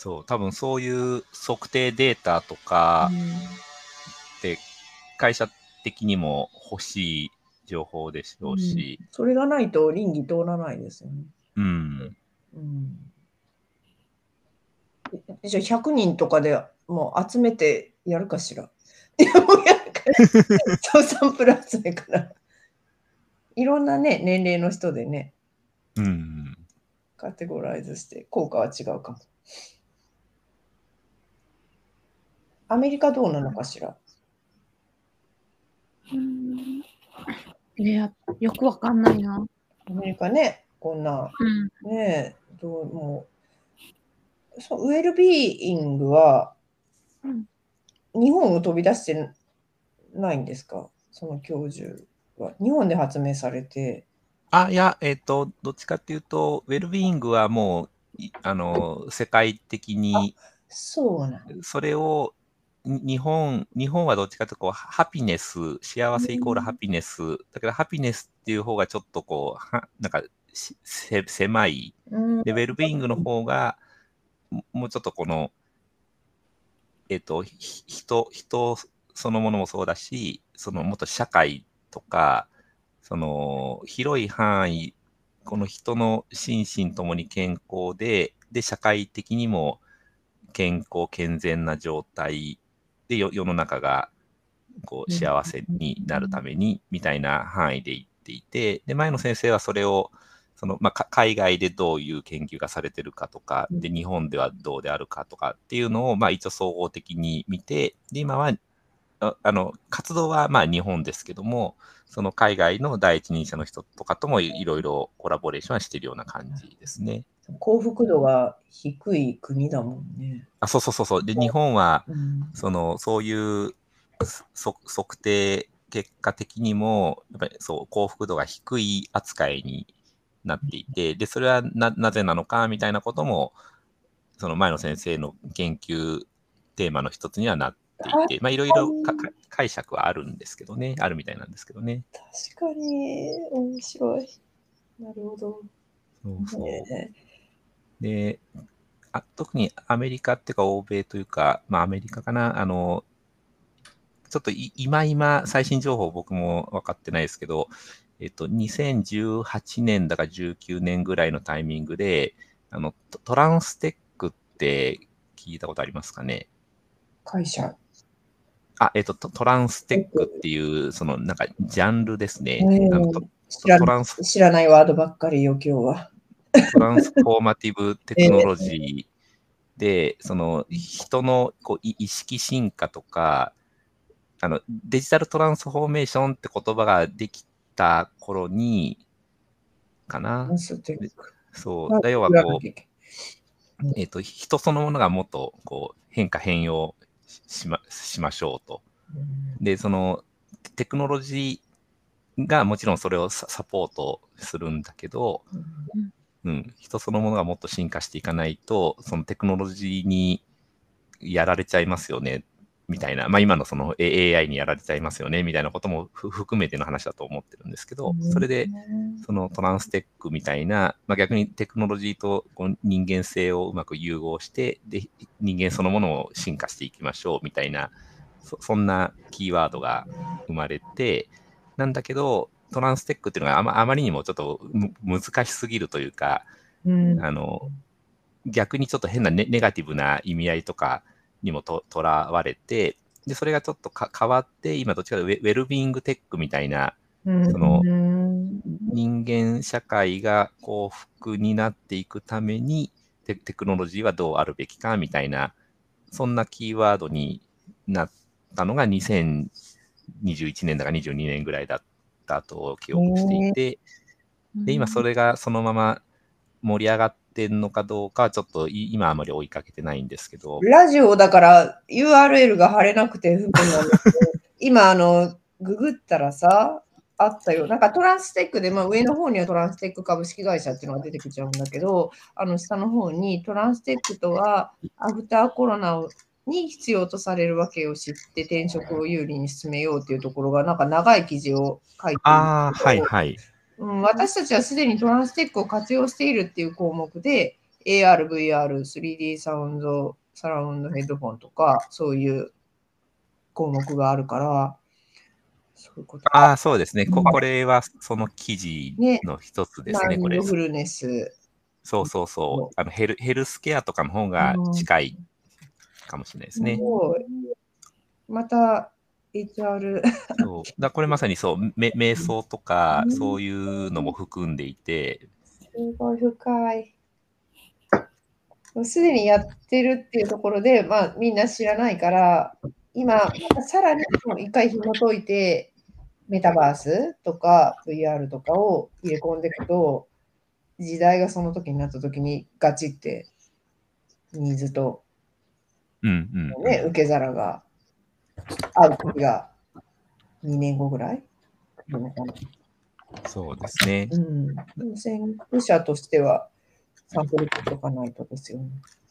そう、多分そういう測定データとかって会社的にも欲しい情報でしょうし、 それがないと倫理通らないですよね。 うん。 じゃあ100人とかでもう集めてやるかしら。いや、もうやるから。そうサンプル集めから。いろんなね、年齢の人でね、カテゴライズして効果は違うかも。アメリカどうなのかしら。 いや、よくわかんないな。 アメリカね、こんな、ね、どうもウェルビーイングは、日本を飛び出してないんですか、その教授は。日本で発明されて。 いや、どっちかっていうと、ウェルビーイングはもう、世界的に、 そうなん。 それを、日本はどっちかというと、ハピネス、幸せイコールハピネス、だけどハピネスっていう方がちょっとなんか狭い。で、ウェルビーイングの方が、もうちょっと人そのものもそうだし、もっと社会とか、広い範囲、この人の心身ともに健康で、社会的にも健康、健全な状態で世の中が幸せになるために、みたいな範囲で言っていて、で、前野先生はそれを、海外でどういう研究がされてるかとか、で、日本ではどうであるかとかっていうのを、一応総合的に見て、で、今は、活動は日本ですけども、その海外の第一人者の人とかともいろいろコラボレーションはしているような感じですね。 幸福度が低い国だもんね。 そう。で、日本は、そういう測定結果的にも、やっぱり幸福度が低い扱いになっていて、で、それはなぜなのかみたいなことも、その前野先生の研究テーマの一つにはなっていて、いろいろ解釈はあるんですけどね、あるみたいなんですけどね。 確かに、面白い。なるほど。 そう。で、特にアメリカっていうか欧米というか、アメリカかな、ちょっと今、最新情報僕も分かってないですけど、2018年だか19年ぐらいのタイミングで、トランステックって聞いたことありますかね？ 会社。 トランステックっていう、なんか、ジャンルですね。 知らないワードばっかりよ、今日は。 トランスフォーマティブテクノロジーで、人の意識進化とか、デジタルトランスフォーメーションって言葉ができた頃に、かな。そう。要は人そのものがもっと変化変容しましょうと。で、テクノロジーがもちろんそれをサポートするんだけど、人そのものがもっと進化していかないと、そのテクノロジーにやられちゃいますよね、みたいな、今のその AI にやられちゃいますよね、みたいなことも含めての話だと思ってるんですけど、それで、そのトランステックみたいな、逆にテクノロジーと人間性をうまく融合して、で、人間そのものを進化していきましょう、みたいな、そんなキーワードが生まれて、なんだけど、トランステックっていうのがあまりにもちょっと難しすぎるというか、逆にちょっと変なネガティブな意味合いとかにもとらわれて、で、それがちょっと変わって、今どっちかというとウェルビーイングテックみたいな、人間社会が幸福になっていくためにテクノロジーはどうあるべきかみたいな、そんなキーワードになったのが2021年だか22年ぐらいだったと記憶していて、で、今それがそのまま盛り上がってんのかどうかはちょっと今あまり追いかけてないんですけど。 ラジオだから URL が貼れなくて不便なんですけど、今ググったらさ、あったよ。なんかトランステックで、上の方にはトランステック株式会社っていうのが出てきちゃうんだけど、下の方にトランステックとはアフターコロナに必要とされるわけを知って転職を有利に進めようっていうところがなんか長い記事を書いてるんですけど、私たちはすでにトランステックを活用しているっていう項目で、 AR、VR、3D サウンド、サラウンドヘッドフォンとか、そういう項目があるから、そういうこと。 ああ、そうですね。これはその記事ね、 の一つですマね、これ。 インドフルネス。 そうそうそう。ヘルスケアとかの方が近いかもしれないですね。 すごい。また、HR。 そう。これまさにそう、瞑想とか、そういうのも含んでいて。 すごい深い。すでにやってるっていうところで、まあ、みんな知らないから、今、さらに一回紐解いて、メタバースとか VR とかを入れ込んでいくと、時代がその時になった時にガチってニーズと、ね、受け皿が合う時が2年後ぐらい来るのかな。 そうですね。 でも先駆者としてはサンプル取っとかないとですよね。